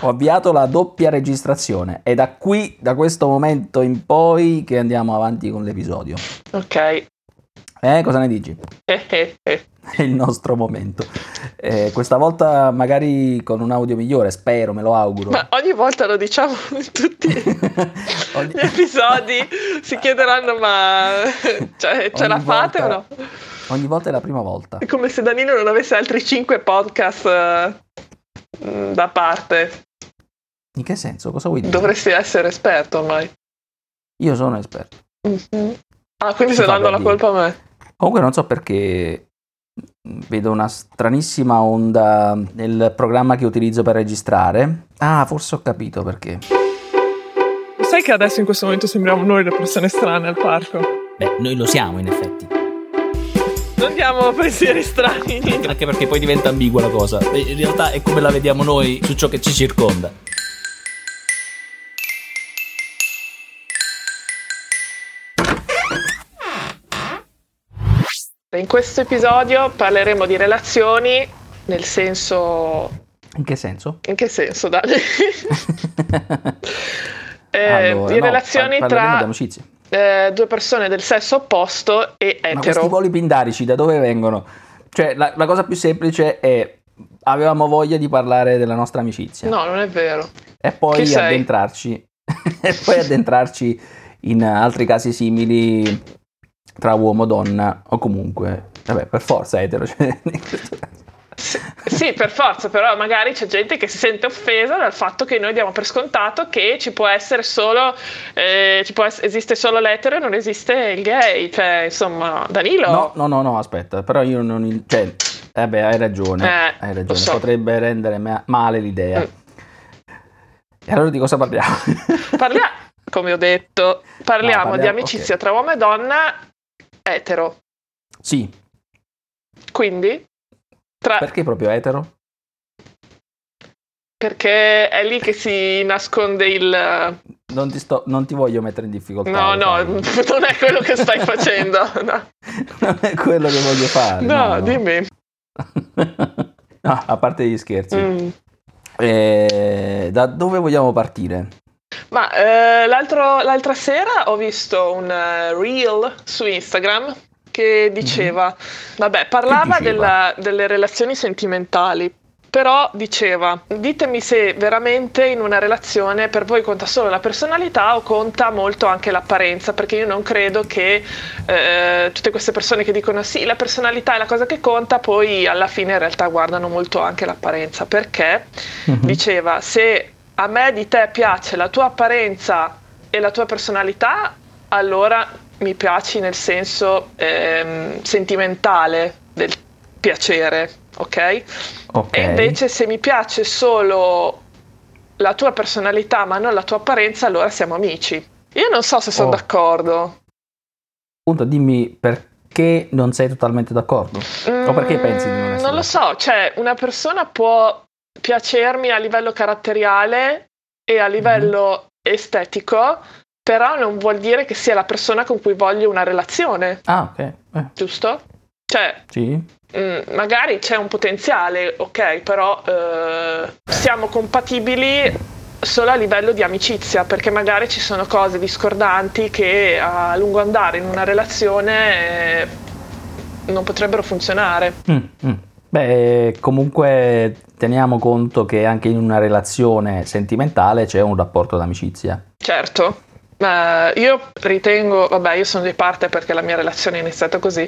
Ho avviato la doppia registrazione. È da questo momento in poi, che andiamo avanti con l'episodio. Ok. Cosa ne dici? È il nostro momento. Questa volta magari con un audio migliore, spero, me lo auguro. Ma ogni volta lo diciamo in tutti gli episodi, si chiederanno ma ce la fate o no? Ogni volta è la prima volta. È come se Danilo non avesse altri 5 podcast da parte. In che senso? Cosa vuoi dire? Dovresti essere esperto ormai. Io sono esperto. Mm-hmm. Ah, quindi stai dando la colpa a me. Comunque non so perché vedo una stranissima onda nel programma che utilizzo per registrare. Ah, forse ho capito perché. Sai che adesso in questo momento sembriamo noi le persone strane al parco? Beh, noi lo siamo in effetti. Non diamo pensieri strani. Anche perché poi diventa ambigua la cosa. In realtà è come la vediamo noi su ciò che ci circonda. In questo episodio parleremo di relazioni, nel senso... In che senso? In che senso, Dani? Allora, di relazioni tra di amicizie. Due persone del sesso opposto e etero. Ma questi voli pindarici da dove vengono? Cioè, la cosa più semplice è: avevamo voglia di parlare della nostra amicizia. No, non è vero. E poi addentrarci in altri casi simili tra uomo, donna o comunque, vabbè, per forza etero. Cioè, in questo caso. Sì, per forza, però magari c'è gente che si sente offesa dal fatto che noi diamo per scontato che ci può essere solo esiste solo l'etero e non esiste il gay, cioè insomma, Danilo. No, aspetta, però io non, cioè, vabbè, hai ragione, so. Potrebbe rendere male l'idea. E allora di cosa parliamo? Come ho detto, parliamo di amicizia tra uomo e donna etero. Sì. Quindi? Perché proprio etero? Perché è lì che si nasconde il... Non ti voglio mettere in difficoltà. No, non è quello che stai facendo. No. Non è quello che voglio fare. No, dimmi. No, a parte gli scherzi. Da dove vogliamo partire? Ma l'altra sera ho visto un reel su Instagram che diceva, parlava delle relazioni sentimentali, però diceva: ditemi se veramente in una relazione per voi conta solo la personalità o conta molto anche l'apparenza, perché io non credo che tutte queste persone che dicono sì, la personalità è la cosa che conta, poi alla fine in realtà guardano molto anche l'apparenza, perché diceva: se a me di te piace la tua apparenza e la tua personalità, allora mi piaci nel senso sentimentale del piacere, ok? E invece se mi piace solo la tua personalità ma non la tua apparenza, allora siamo amici. Io non so se sono d'accordo. Appunto, dimmi perché non sei totalmente d'accordo? O perché pensi di non essere? Non lo so, cioè una persona può piacermi a livello caratteriale e a livello estetico, però non vuol dire che sia la persona con cui voglio una relazione. Ah, ok. Giusto? Cioè, sì. Magari c'è un potenziale, ok, però siamo compatibili solo a livello di amicizia, perché magari ci sono cose discordanti che a lungo andare in una relazione non potrebbero funzionare. Beh, comunque teniamo conto che anche in una relazione sentimentale c'è un rapporto d'amicizia. Certo. Io ritengo, io sono di parte perché la mia relazione è iniziata così.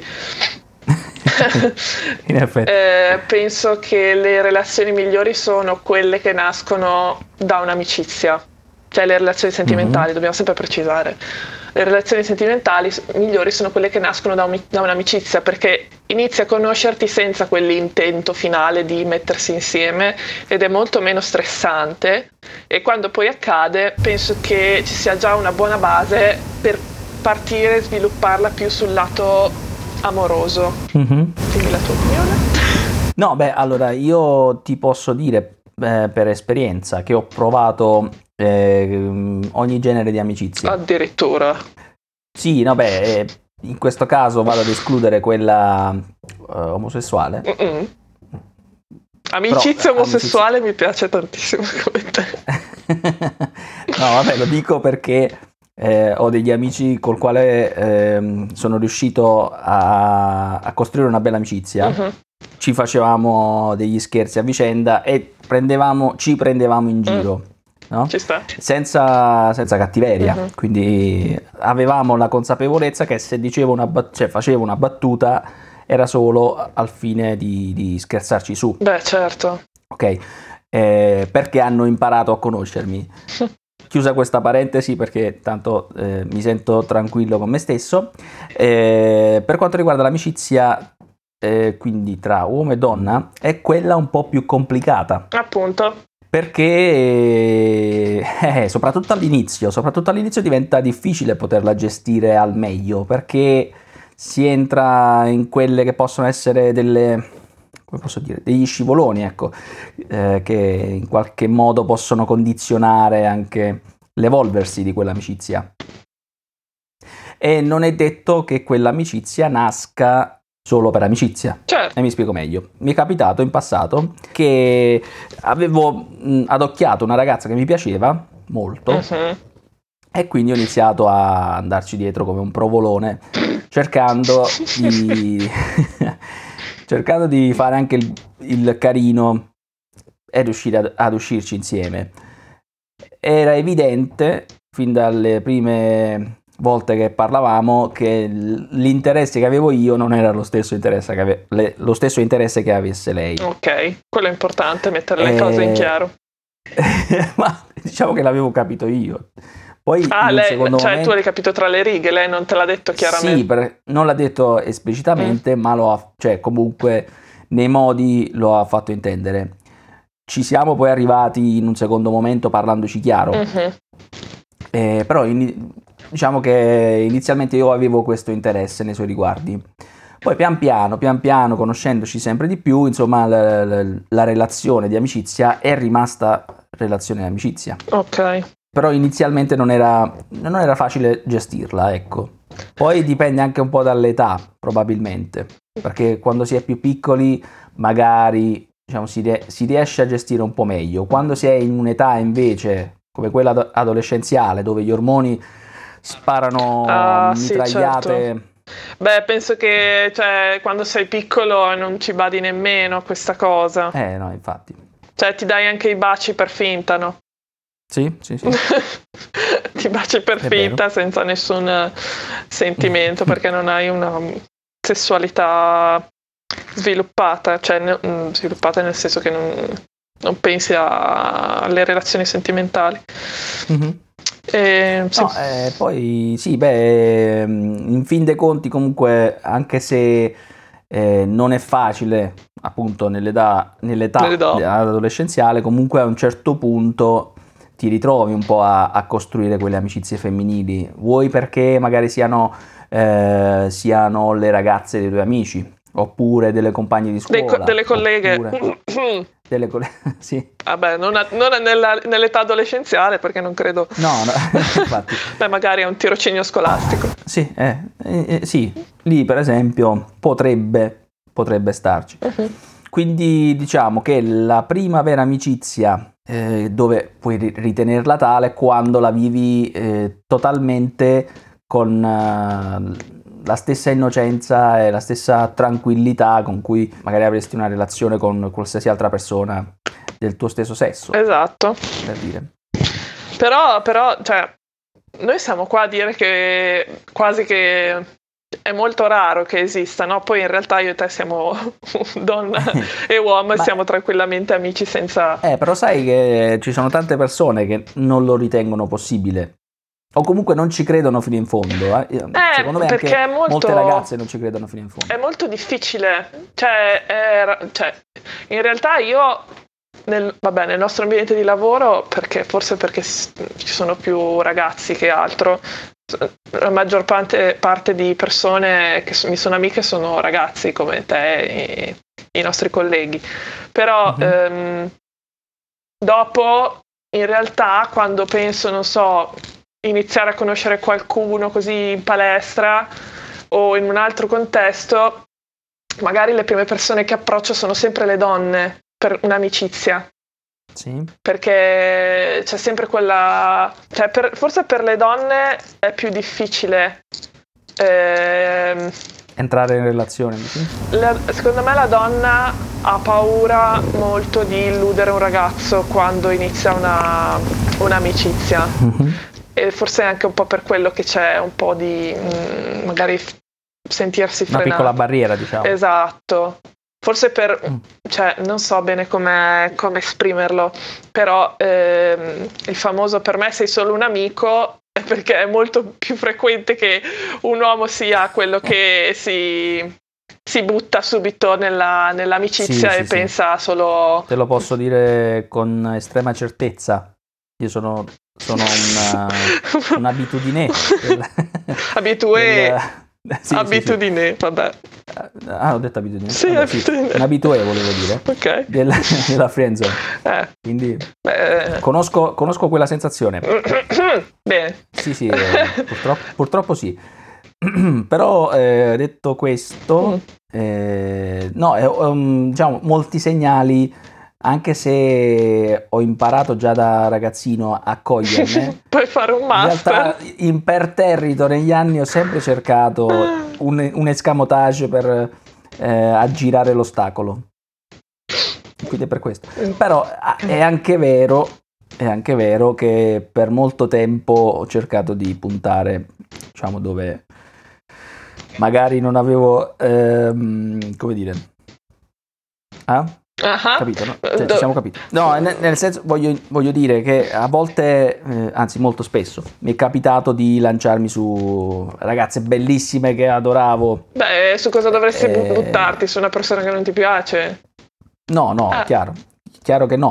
In effetti. Penso che le relazioni migliori sono quelle che nascono da un'amicizia, cioè le relazioni sentimentali, dobbiamo sempre precisare. Le relazioni sentimentali migliori sono quelle che nascono da un'amicizia, perché inizi a conoscerti senza quell'intento finale di mettersi insieme ed è molto meno stressante, e quando poi accade penso che ci sia già una buona base per partire e svilupparla più sul lato amoroso. Quindi la tua opinione? No, allora io ti posso dire per esperienza che ho provato ogni genere di amicizia. Addirittura. Sì, in questo caso vado ad escludere quella omosessuale. Amicizia omosessuale mi piace tantissimo come te. No, vabbè, lo dico perché ho degli amici col quale sono riuscito a costruire una bella amicizia. Mhm. Ci facevamo degli scherzi a vicenda e ci prendevamo in giro, no? Ci sta. Senza cattiveria. Mhm. Quindi avevamo la consapevolezza che se dicevo facevo una battuta era solo al fine di scherzarci su, Beh, certo. ok? Perché hanno imparato a conoscermi. Chiusa questa parentesi perché tanto mi sento tranquillo con me stesso. Per quanto riguarda l'amicizia, quindi tra uomo e donna, è quella un po' più complicata. Appunto. Perché soprattutto all'inizio diventa difficile poterla gestire al meglio, perché si entra in quelle che possono essere degli scivoloni, ecco, che in qualche modo possono condizionare anche l'evolversi di quell'amicizia. E non è detto che quell'amicizia nasca solo per amicizia. Certo. E mi spiego meglio. Mi è capitato in passato che avevo adocchiato una ragazza che mi piaceva molto, Mhm. e quindi ho iniziato a andarci dietro come un provolone, cercando di fare anche il carino e riuscire ad uscirci insieme. Era evidente fin dalle prime volte che parlavamo che l'interesse che avevo io non era lo stesso interesse che avesse lei. Ok, quello è importante, mettere le cose in chiaro. Ma diciamo che l'avevo capito io. Poi in un Lei, secondo cioè tu momento l'hai capito tra le righe, lei non te l'ha detto chiaramente. sì, non l'ha detto esplicitamente, ma comunque nei modi lo ha fatto intendere. Ci siamo poi arrivati in un secondo momento parlandoci chiaro. Mhm. Però diciamo che inizialmente io avevo questo interesse nei suoi riguardi. Poi pian piano, conoscendoci sempre di più, insomma, la relazione di amicizia è rimasta relazione di amicizia. Ok. Però inizialmente non era facile gestirla, ecco. Poi dipende anche un po' dall'età, probabilmente, perché quando si è più piccoli magari, diciamo, si riesce a gestire un po' meglio. Quando si è in un'età invece come quella adolescenziale, dove gli ormoni sparano Sì, mitragliate. certo. Beh, penso che quando sei piccolo non ci badi nemmeno a questa cosa. No, infatti. Cioè, ti dai anche i baci per finta, no? Sì. Ti baci per È finta vero. senza nessun sentimento perché non hai una sessualità sviluppata, cioè sviluppata nel senso che non pensi alle relazioni sentimentali. Mhm. Sì. No, poi sì, in fin dei conti comunque, anche se non è facile appunto nell'età adolescenziale, comunque a un certo punto ti ritrovi un po' a costruire quelle amicizie femminili, vuoi perché magari siano le ragazze dei tuoi amici, oppure delle compagne di scuola, delle colleghe. oppure sì. Vabbè, non nell'età adolescenziale perché non credo. No, infatti. Beh, magari è un tirocinio scolastico. Sì, sì, lì per esempio potrebbe starci. Uh-huh. Quindi diciamo che la prima vera amicizia, dove puoi ritenerla tale, quando la vivi totalmente con la stessa innocenza e la stessa tranquillità con cui magari avresti una relazione con qualsiasi altra persona del tuo stesso sesso. Esatto. Per dire. Però, cioè, noi siamo qua a dire che quasi che è molto raro che esista, no? Poi in realtà io e te siamo donna e uomo e siamo tranquillamente amici senza. Però sai che ci sono tante persone che non lo ritengono possibile. O comunque non ci credono fino in fondo. Secondo me anche molte ragazze non ci credono fino in fondo. È molto difficile. Cioè, in realtà io, nel nostro ambiente di lavoro, forse perché ci sono più ragazzi che altro, la maggior parte di persone che mi sono amiche sono ragazzi come te e i nostri colleghi. Però dopo, in realtà, quando penso, non so, iniziare a conoscere qualcuno così in palestra o in un altro contesto, magari le prime persone che approccio sono sempre le donne per un'amicizia. Sì. Perché c'è sempre quella... Cioè, forse per le donne è più difficile... Entrare in relazione. Secondo me la donna ha paura molto di illudere un ragazzo quando inizia un'amicizia. Mm-hmm. E forse è anche un po' per quello che c'è un po' di magari sentirsi frenato. Una piccola barriera, diciamo. Esatto. Forse cioè, non so bene come esprimerlo, però il famoso "per me sei solo un amico", perché è molto più frequente che un uomo sia quello che si butta subito nell'amicizia e pensa solo... Te lo posso dire con estrema certezza. Io sono un abitudine. Abitudine, vabbè. Ho detto abitudine. Sì, vabbè, abitudine. Un abitué volevo dire. Ok. Della friendzone. Quindi conosco quella sensazione. Bene. Sì, purtroppo sì. Però detto questo, diciamo molti segnali, anche se ho imparato già da ragazzino a coglierne. Puoi fare un master. In realtà imperterrito negli anni ho sempre cercato un escamotage per aggirare l'ostacolo. Quindi è per questo. Però è anche vero che per molto tempo ho cercato di puntare, diciamo, dove magari non avevo, come dire, capito, no? Cioè, ci siamo capiti. No, nel senso, voglio dire che a volte, anzi molto spesso, mi è capitato di lanciarmi su ragazze bellissime che adoravo. Beh, su cosa dovresti buttarti? Su una persona che non ti piace? No, chiaro che no.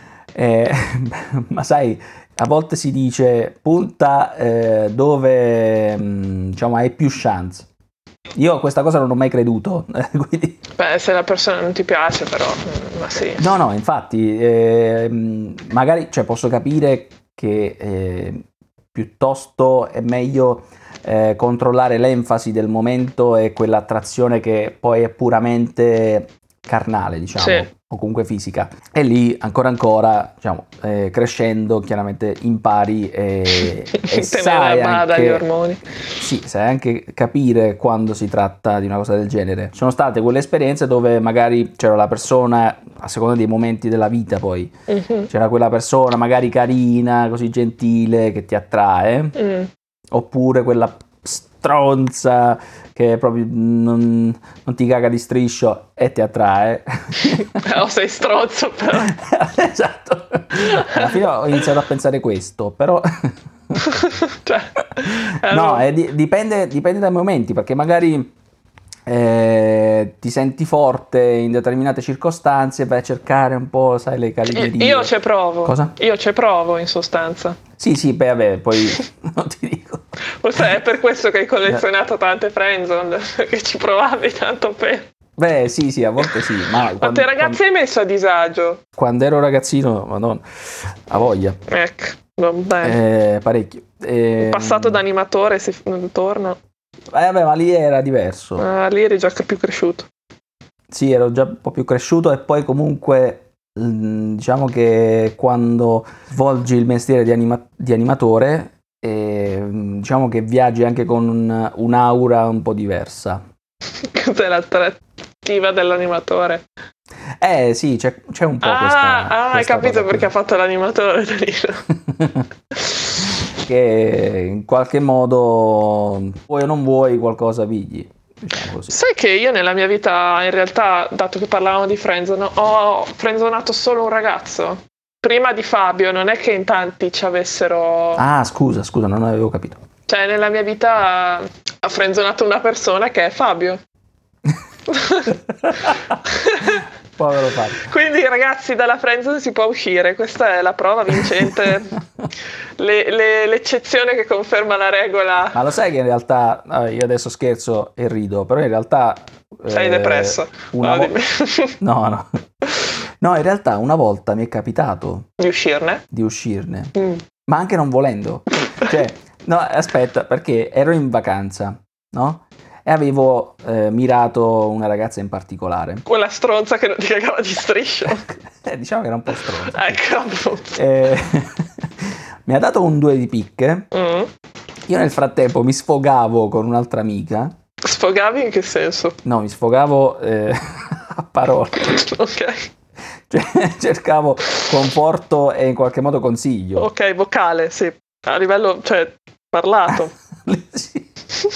Ma sai, a volte si dice punta dove diciamo hai più chance. Io a questa cosa non ho mai creduto, quindi... Beh, se la persona non ti piace, però, ma sì. No, infatti, magari, cioè, posso capire che piuttosto è meglio controllare l'enfasi del momento e quell'attrazione che poi è puramente carnale, diciamo, sì, o comunque fisica. E lì ancora, diciamo, crescendo, chiaramente impari e sai anche gli ormoni. Sì, sai anche capire quando si tratta di una cosa del genere. Sono state quelle esperienze dove magari c'era la persona, a seconda dei momenti della vita poi, c'era quella persona magari carina, così gentile, che ti attrae, oppure quella stronza che proprio non ti caga di striscio e ti attrae. Però sei stronzo, però. Esatto. Alla fine ho iniziato a pensare questo, però... cioè, no, dipende dai momenti, perché magari ti senti forte in determinate circostanze e vai a cercare un po', sai, le calimerie. Io ci provo. Cosa? Io ci provo, in sostanza. Sì, beh, vabbè, poi non ti dico. Forse è per questo che hai collezionato tante friendzone, che ci provavi tanto per... Beh, sì, a volte sì. Ma quante ragazze hai messo a disagio? Quando ero ragazzino, madonna, a voglia. Ecco, va bene. Parecchio. Passato da animatore, si torna. Vabbè, ma lì era diverso. Lì eri già più cresciuto. Sì, ero già un po' più cresciuto e poi comunque diciamo che quando svolgi il mestiere di animatore diciamo che viaggi anche con un'aura un po' diversa. Cos'è l'attrattiva dell'animatore? Sì, c'è un po' questa hai capito perché ha fatto l'animatore. Che in qualche modo, vuoi o non vuoi, qualcosa pigli, diciamo così. Sai che io nella mia vita, in realtà, dato che parlavamo di friendzone, ho friendzonato solo un ragazzo. Prima di Fabio, non è che in tanti ci avessero... Scusa, non avevo capito. Cioè, nella mia vita ho friendzonato una persona che è Fabio. Povero Fabio. Quindi, ragazzi, dalla friendzone si può uscire. Questa è la prova vincente. L'eccezione che conferma la regola. Ma lo sai che in realtà, io adesso scherzo e rido, però in realtà... sei depresso. No. No, in realtà una volta mi è capitato... Di uscirne. Ma anche non volendo. Cioè, no, aspetta, perché ero in vacanza, no? e avevo mirato una ragazza in particolare. Quella stronza che non ti cagava di striscio. Diciamo che era un po' stronza. Ecco, appunto. Mi ha dato un 2 di picche. Io nel frattempo mi sfogavo con un'altra amica. Sfogavi in che senso? No, mi sfogavo a parole. Ok. Cioè, cercavo conforto e in qualche modo consiglio. Ok, vocale, sì. A livello, cioè, parlato. Sì.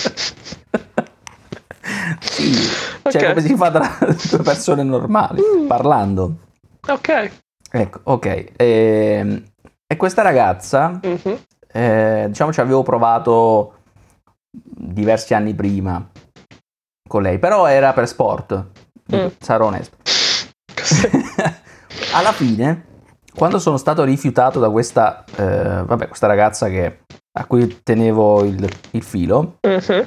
Sì. Ok. Cioè, come si fa tra due persone normali, parlando. Ok. Ecco, ok. E questa ragazza, diciamo, ci avevo provato diversi anni prima con lei, però era per sport, sarò onesto. Alla fine, quando sono stato rifiutato da questa ragazza a cui tenevo il filo,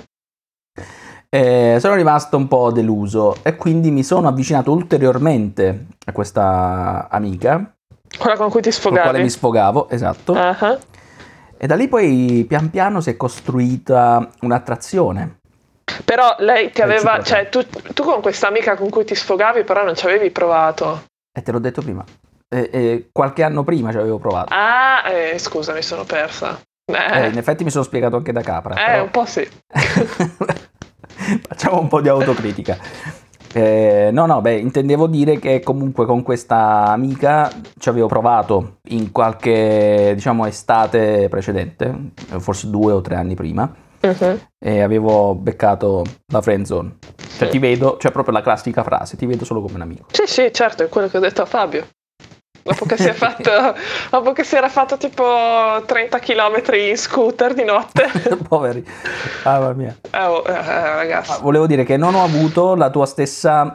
sono rimasto un po' deluso e quindi mi sono avvicinato ulteriormente a questa amica. Quella con cui ti Con la sfogavi. quale mi sfogavo, esatto. E da lì poi pian piano si è costruita un'attrazione. Però lei ti aveva, Reciproca. cioè tu con questa amica con cui ti sfogavi però non ci avevi provato. E te l'ho detto prima. Qualche anno prima ci avevo provato. Ah, scusa, mi sono persa. In effetti mi sono spiegato anche da capra. Però... un po' sì. Facciamo un po' di autocritica. Intendevo dire che comunque con questa amica ci avevo provato in qualche, diciamo, estate precedente, forse 2 o 3 anni prima, e avevo beccato la friendzone. Cioè ti vedo, cioè proprio la classica frase, ti vedo solo come un amico. Sì, certo, è quello che ho detto a Fabio. Dopo che si era fatto tipo 30 km in scooter di notte. Poveri, mamma mia. Ragazzi. Volevo dire che non ho avuto la tua stessa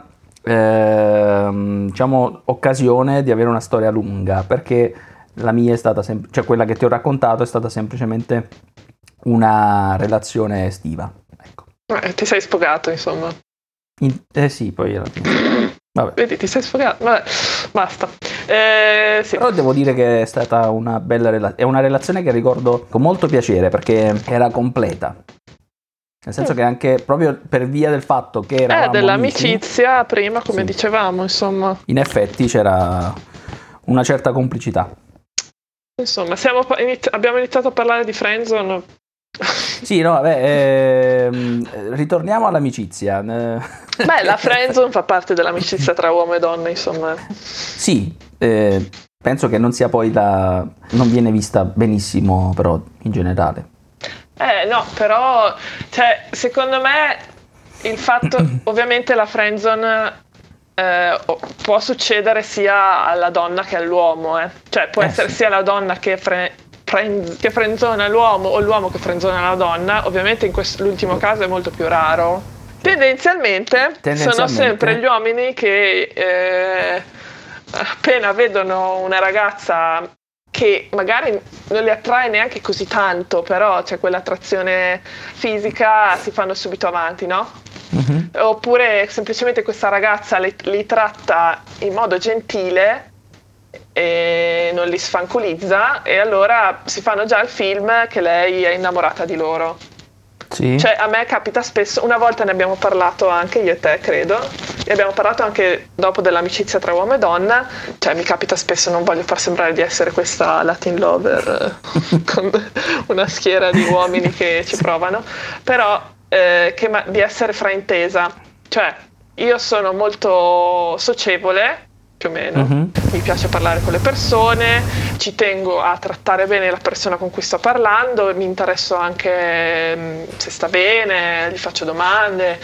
diciamo occasione di avere una storia lunga, perché la mia è stata cioè quella che ti ho raccontato è stata semplicemente una relazione estiva, ecco. Ti sei sfogato, insomma. Sì, poi alla fine. Vabbè. Vedi, ti sei sfogato. Vabbè, basta. Sì. Però devo dire che è stata una bella relazione. È una relazione che ricordo con molto piacere perché era completa. Nel senso che anche proprio per via del fatto che eravamo dell'amicizia amici, prima, come dicevamo, insomma. In effetti c'era una certa complicità. Insomma, abbiamo iniziato a parlare di friendzone. Sì, no, vabbè, ritorniamo all'amicizia. Beh, la friendzone fa parte dell'amicizia tra uomo e donna, insomma. Sì, penso che non sia poi non viene vista benissimo, però, in generale. No, però, cioè, secondo me il fatto, ovviamente la friendzone può succedere sia alla donna che all'uomo, cioè può essere sia la donna che friendzona l'uomo o l'uomo che friendzona la donna. Ovviamente in l'ultimo caso è molto più raro. Tendenzialmente sono sempre gli uomini che appena vedono una ragazza che magari non li attrae neanche così tanto, però c'è quell'attrazione fisica, si fanno subito avanti, no? Oppure semplicemente questa ragazza li tratta in modo gentile e non li sfanculizza, e allora si fanno già il film che lei è innamorata di loro. Sì. Cioè, a me capita spesso, una volta ne abbiamo parlato anche io e te, credo, e abbiamo parlato anche dopo dell'amicizia tra uomo e donna. Cioè, mi capita spesso, non voglio far sembrare di essere questa Latin lover con una schiera di uomini che ci provano, però di essere fraintesa. Cioè, io sono molto socievole, più o meno, mi piace parlare con le persone, ci tengo a trattare bene la persona con cui sto parlando, mi interesso anche se sta bene, gli faccio domande,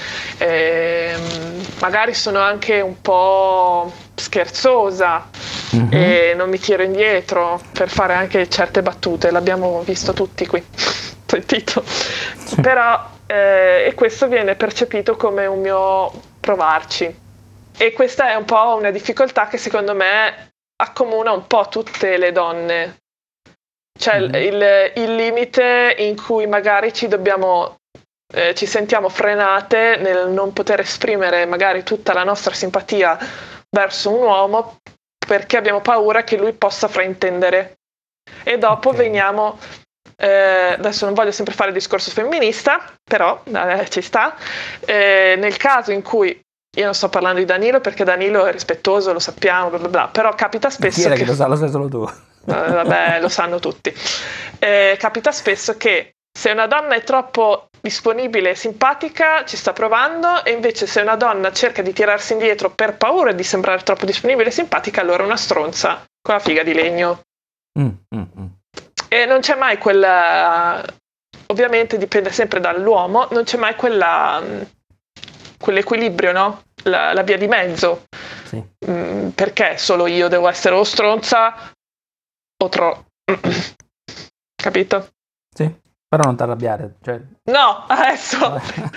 magari sono anche un po' scherzosa e non mi tiro indietro per fare anche certe battute, l'abbiamo visto tutti qui, sentito, però e questo viene percepito come un mio provarci. E questa è un po' una difficoltà che secondo me accomuna un po' tutte le donne. Cioè il limite in cui magari ci sentiamo frenate nel non poter esprimere magari tutta la nostra simpatia verso un uomo perché abbiamo paura che lui possa fraintendere. E dopo veniamo adesso non voglio sempre fare il discorso femminista, però ci sta, nel caso in cui, io non sto parlando di Danilo perché Danilo è rispettoso, lo sappiamo, bla bla bla, però capita spesso Chi era che lo sa, lo sai solo tu. Vabbè, lo sanno tutti. Capita spesso che se una donna è troppo disponibile e simpatica ci sta provando, e invece se una donna cerca di tirarsi indietro per paura di sembrare troppo disponibile e simpatica, allora è una stronza con la figa di legno. E non c'è mai quella, ovviamente dipende sempre dall'uomo, non c'è mai quell'equilibrio, no? La via di mezzo. Sì. Perché solo io devo essere o stronza o capito? Sì, però non ti arrabbiare. Cioè... No, adesso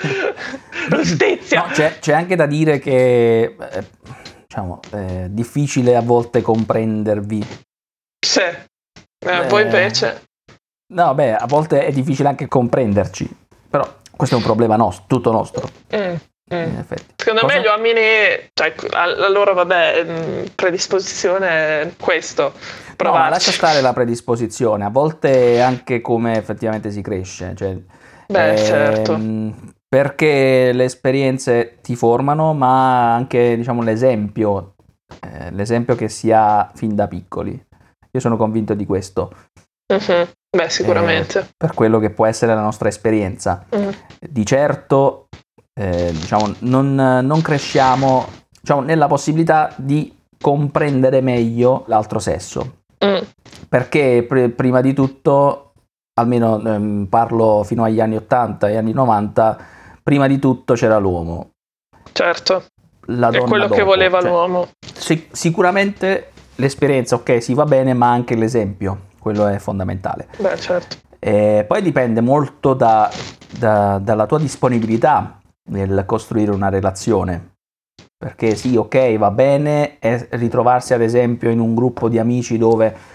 giustizia. No, c'è anche da dire che diciamo, è difficile a volte comprendervi. Sì. Voi invece? No, beh, a volte è difficile anche comprenderci, però questo è un problema tutto nostro. In effetti. Secondo me gli uomini, cioè, la loro predisposizione è questo. No, ma lascia stare la predisposizione, a volte anche come effettivamente si cresce, cioè, certo. Perché le esperienze ti formano, ma anche, diciamo, l'esempio che si ha fin da piccoli. Io sono convinto di questo. Beh, sicuramente. Per quello che può essere la nostra esperienza. Di certo, diciamo, non cresciamo, diciamo, nella possibilità di comprendere meglio l'altro sesso. Perché prima di tutto, almeno parlo fino agli anni 80 e anni 90, prima di tutto c'era l'uomo. Certo. La donna è quello dopo, che voleva l'uomo. Sicuramente l'esperienza, ok, sì, va bene, ma anche l'esempio, quello è fondamentale. Beh, certo. Poi dipende molto dalla tua disponibilità nel costruire una relazione. Perché sì, ok, va bene ritrovarsi ad esempio in un gruppo di amici dove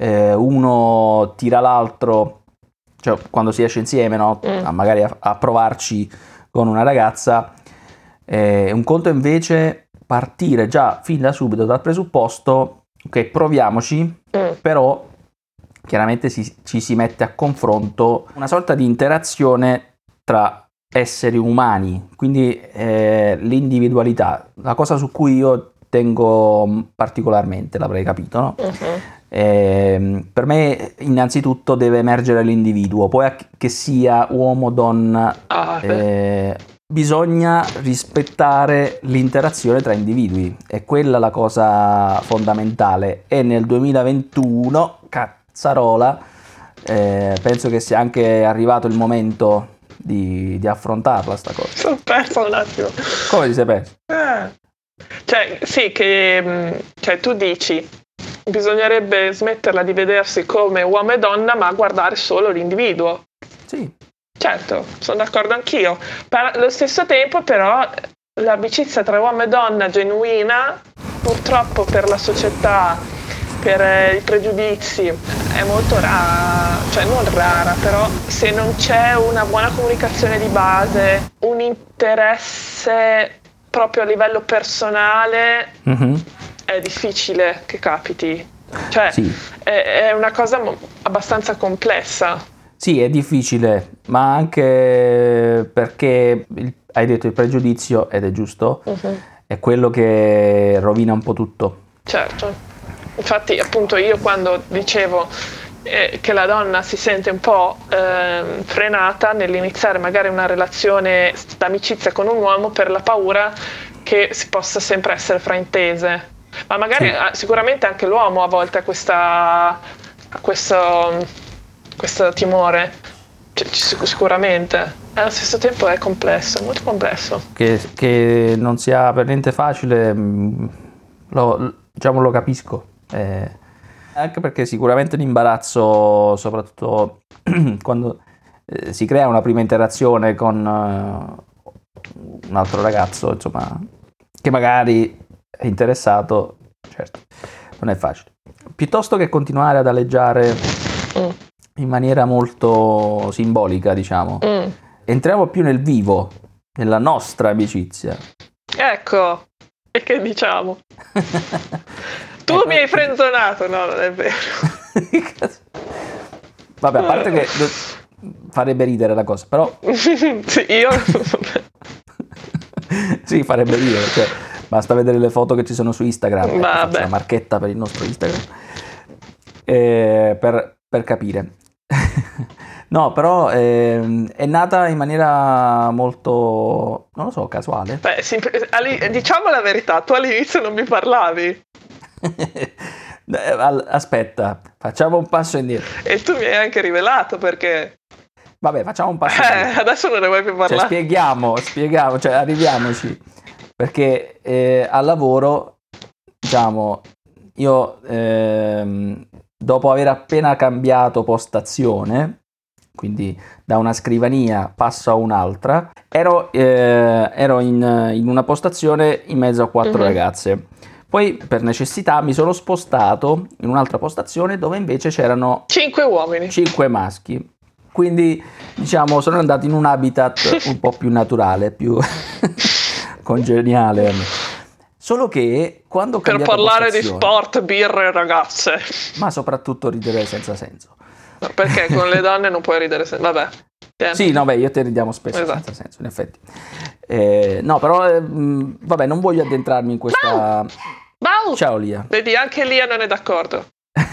uno tira l'altro, cioè quando si esce insieme, no? Magari a provarci con una ragazza. Un conto invece partire già fin da subito dal presupposto, ok, proviamoci, però chiaramente ci si mette a confronto, una sorta di interazione tra esseri umani, quindi l'individualità, la cosa su cui io tengo particolarmente, l'avrei capito, no? Per me innanzitutto deve emergere l'individuo, poi che sia uomo, donna, bisogna rispettare l'interazione tra individui, è quella la cosa fondamentale, e nel 2021, cazzarola, penso che sia anche arrivato il momento di affrontarla sta cosa. Sono perso un attimo. Come ti sei perso? Cioè, sì, che cioè, tu dici bisognerebbe smetterla di vedersi come uomo e donna, ma guardare solo l'individuo. Sì. Certo, sono d'accordo anch'io. Allo stesso tempo, però, l'amicizia tra uomo e donna genuina, purtroppo per la società, per i pregiudizi, è molto rara, cioè non rara, però se non c'è una buona comunicazione di base, un interesse proprio a livello personale, è difficile che capiti. Cioè, sì. È una cosa abbastanza complessa. Sì, è difficile, ma anche perché hai detto il pregiudizio, ed è giusto, è quello che rovina un po' tutto. Certo. Infatti, appunto, io quando dicevo che la donna si sente un po' frenata nell'iniziare magari una relazione d'amicizia con un uomo per la paura che si possa sempre essere fraintese. Ma magari sicuramente anche l'uomo a volte ha questo timore, sicuramente. Allo stesso tempo è complesso, è molto complesso. Che non sia per niente facile, lo capisco. Anche perché sicuramente l'imbarazzo, soprattutto quando si crea una prima interazione con un altro ragazzo, insomma, che magari è interessato, certo, non è facile. Piuttosto che continuare ad aleggiare in maniera molto simbolica, diciamo, entriamo più nel vivo, nella nostra amicizia. Ecco, e che diciamo? Tu mi hai frenzonato, no, non è vero. Vabbè, a parte che farebbe ridere la cosa, però... Sì, io... Sì, farebbe ridere, cioè, basta vedere le foto che ci sono su Instagram, ecco, faccio Vabbè. la marchetta per il nostro Instagram, per capire. No, però è nata in maniera molto, non lo so, casuale. Beh, diciamo la verità, tu all'inizio non mi parlavi Aspetta, facciamo un passo indietro. e tu mi hai anche rivelato perché... Vabbè, facciamo un passo indietro. Adesso non ne vuoi più Cioè, parlare. spieghiamo, cioè arriviamoci. Perché al lavoro, diciamo, io dopo aver appena cambiato postazione, quindi da una scrivania passo a un'altra, ero in una postazione in mezzo a 4 ragazze. Poi per necessità mi sono spostato in un'altra postazione dove invece c'erano 5 uomini. 5 maschi. Quindi, diciamo, sono andato in un habitat un po' più naturale, più congeniale. Solo che quando ho Per cambiato parlare di postazione, sport, birre e ragazze. ma soprattutto ridere senza senso. No, perché con le donne non puoi ridere vabbè. Sì, no, beh, io te ridiamo spesso Esatto. senza senso, in effetti. No, però, vabbè, non voglio addentrarmi in questa... Mau! Ciao, Lia. Vedi, anche Lia non è d'accordo.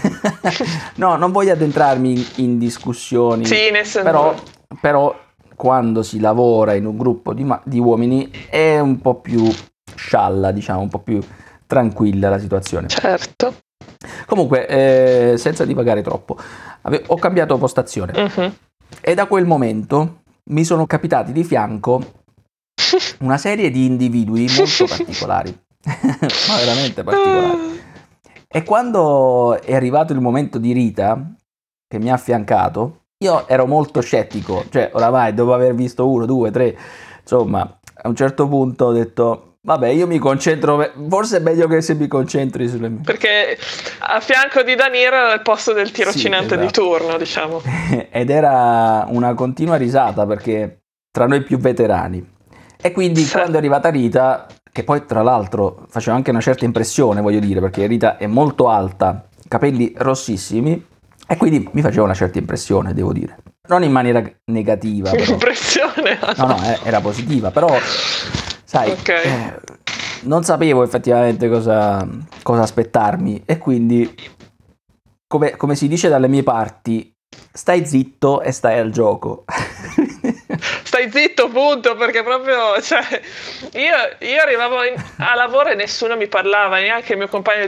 No, non voglio addentrarmi in discussioni, Sì, nel senso... però quando si lavora in un gruppo di uomini è un po' più scialla, diciamo, un po' più tranquilla la situazione. Certo. Comunque, senza divagare troppo, ho cambiato postazione e da quel momento mi sono capitati di fianco una serie di individui molto particolari, ma veramente particolari. E quando è arrivato il momento di Rita, che mi ha affiancato, io ero molto scettico, cioè oramai dopo aver visto 1, 2, 3, insomma, a un certo punto ho detto, vabbè, io mi concentro, forse è meglio che se mi concentri sulle mie... Perché a fianco di Danilo era il posto del tirocinante Sì, di esatto. turno, diciamo. Ed era una continua risata, perché tra noi più veterani. E quindi Sì. quando è arrivata Rita, che poi tra l'altro faceva anche una certa impressione, voglio dire, perché Rita è molto alta, capelli rossissimi, e quindi mi faceva una certa impressione, devo dire. Non in maniera negativa, però. Impressione. No, era positiva, però, sai, Ok. non sapevo effettivamente cosa aspettarmi, e quindi, come si dice dalle mie parti, stai zitto e stai al gioco. Stai zitto, punto, perché proprio, cioè, io arrivavo a lavoro e nessuno mi parlava, neanche il mio compagno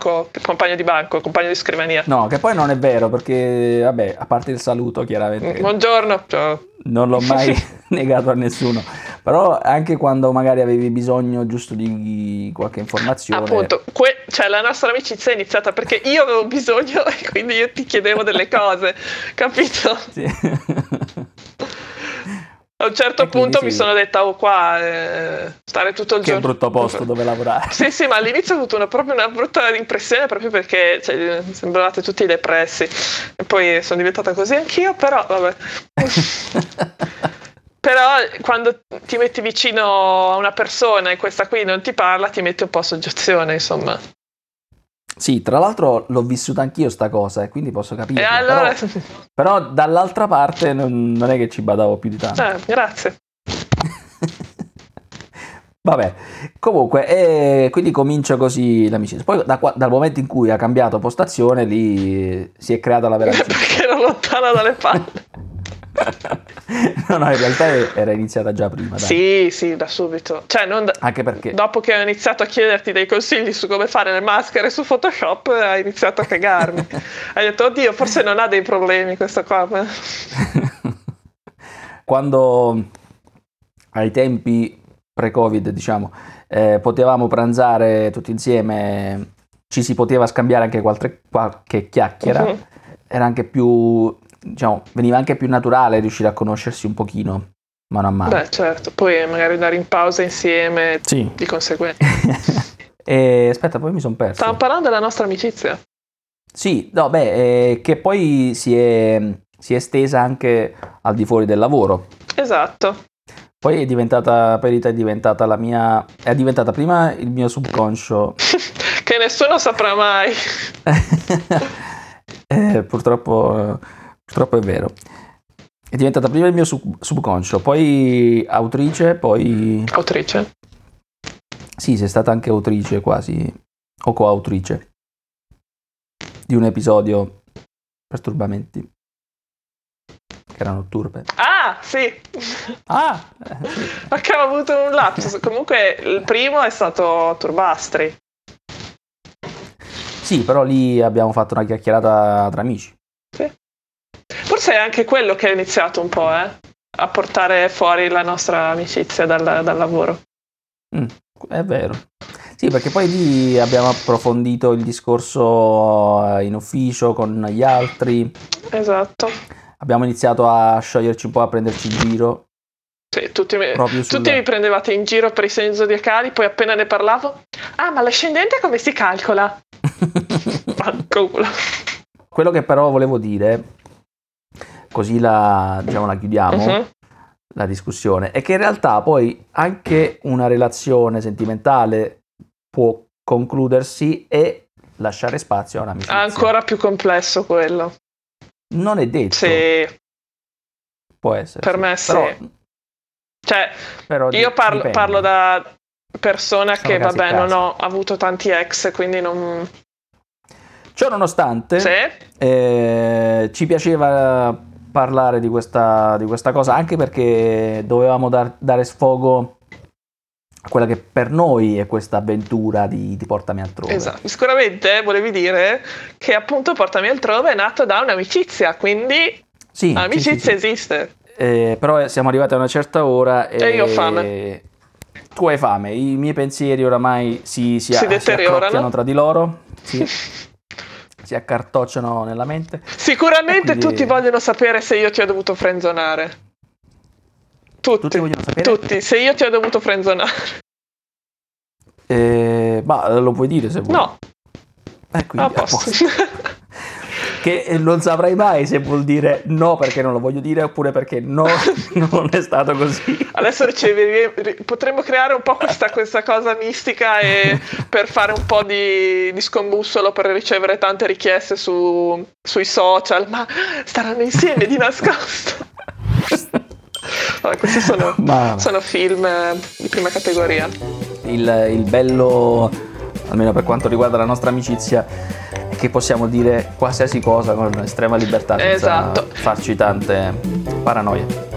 di scrivania. No, che poi non è vero, perché, vabbè, a parte il saluto, chiaramente, Buongiorno. Ciao. non l'ho mai negato a nessuno, però anche quando magari avevi bisogno giusto di qualche informazione... Appunto, cioè la nostra amicizia è iniziata perché io avevo bisogno e quindi io ti chiedevo delle cose, capito? Sì. A un certo punto mi sono detta, qua, stare tutto il giorno... Che brutto posto dove lavorare. Sì, ma all'inizio ho avuto proprio una brutta impressione, proprio perché sembravate tutti depressi. E poi sono diventata così anch'io, però vabbè. Però quando ti metti vicino a una persona e questa qui non ti parla, ti metti un po' a soggezione, insomma. Sì, tra l'altro l'ho vissuta anch'io sta cosa, e quindi posso capire. E allora... Però dall'altra parte non è che ci badavo più di tanto. Grazie. Vabbè, comunque, quindi comincia così l'amicizia. Poi dal momento in cui ha cambiato postazione, lì si è creata la vera amicizia. Perché ero lontana dalle palle. No, in realtà era iniziata già prima, dai. Sì, da subito. Cioè, anche perché dopo che ho iniziato a chiederti dei consigli su come fare le maschere su Photoshop, hai iniziato a cagarmi. Hai detto, oddio, forse non ha dei problemi questo qua. Quando ai tempi pre-Covid, diciamo, potevamo pranzare tutti insieme, ci si poteva scambiare anche qualche chiacchiera, era anche più... diciamo, veniva anche più naturale riuscire a conoscersi un pochino mano a mano. Beh, certo, poi magari andare in pausa insieme, sì. Di conseguenza. E aspetta, poi mi sono perso. Stavamo parlando della nostra amicizia. Sì, no, che poi si è estesa anche al di fuori del lavoro. Esatto. Poi Perita è diventata la mia... è diventata prima il mio subconscio. Che nessuno saprà mai. Purtroppo Purtroppo è vero. È diventata prima il mio subconscio, poi autrice, poi... Autrice? Sì, sei stata anche autrice quasi, o coautrice, di un episodio per turbamenti, che erano turbe. Ah, sì! Ah! Sì. Perché ho avuto un lapsus. Comunque il primo è stato Turbastri. Sì, però lì abbiamo fatto una chiacchierata tra amici. Sì. Forse è anche quello che ha iniziato un po', a portare fuori la nostra amicizia dal lavoro. È vero. Sì, perché poi lì abbiamo approfondito il discorso in ufficio con gli altri. Esatto. Abbiamo iniziato a scioglierci un po', a prenderci in giro. Sì, tutti mi prendevate in giro per i segni zodiacali, poi appena ne parlavo, ma l'ascendente come si calcola? Quello che però volevo dire, così la chiudiamo, la discussione, è che in realtà poi anche una relazione sentimentale può concludersi e lasciare spazio a un'amicizia. Ancora più complesso quello. Non è detto. Sì. Può essere. Per me sì. Però io parlo da persona che, vabbè, non ho avuto tanti ex, quindi non... Ciò nonostante, sì? ci piaceva parlare di questa cosa, anche perché dovevamo dare sfogo a quella che per noi è questa avventura di Portami Altrove. Esatto, sicuramente volevi dire che appunto Portami Altrove è nato da un'amicizia, quindi sì, l'amicizia esiste. Però siamo arrivati a una certa ora e io ho fame. Tu hai fame, i miei pensieri oramai si deteriorano tra di loro, si accartocciano nella mente. Sicuramente tutti vogliono sapere se io ti ho dovuto frenzonare. Tutti vogliono sapere? Tutti, se io ti ho dovuto frenzonare. Ma lo puoi dire se vuoi. No. Quindi a posto. Che non saprai mai se vuol dire no perché non lo voglio dire oppure perché no, non è stato così. Adesso potremmo creare un po' questa cosa mistica e per fare un po' di scombussolo per ricevere tante richieste sui social, ma staranno insieme di nascosto. Questi sono film di prima categoria. Il bello, almeno per quanto riguarda la nostra amicizia, che possiamo dire qualsiasi cosa con estrema libertà senza farci tante paranoie.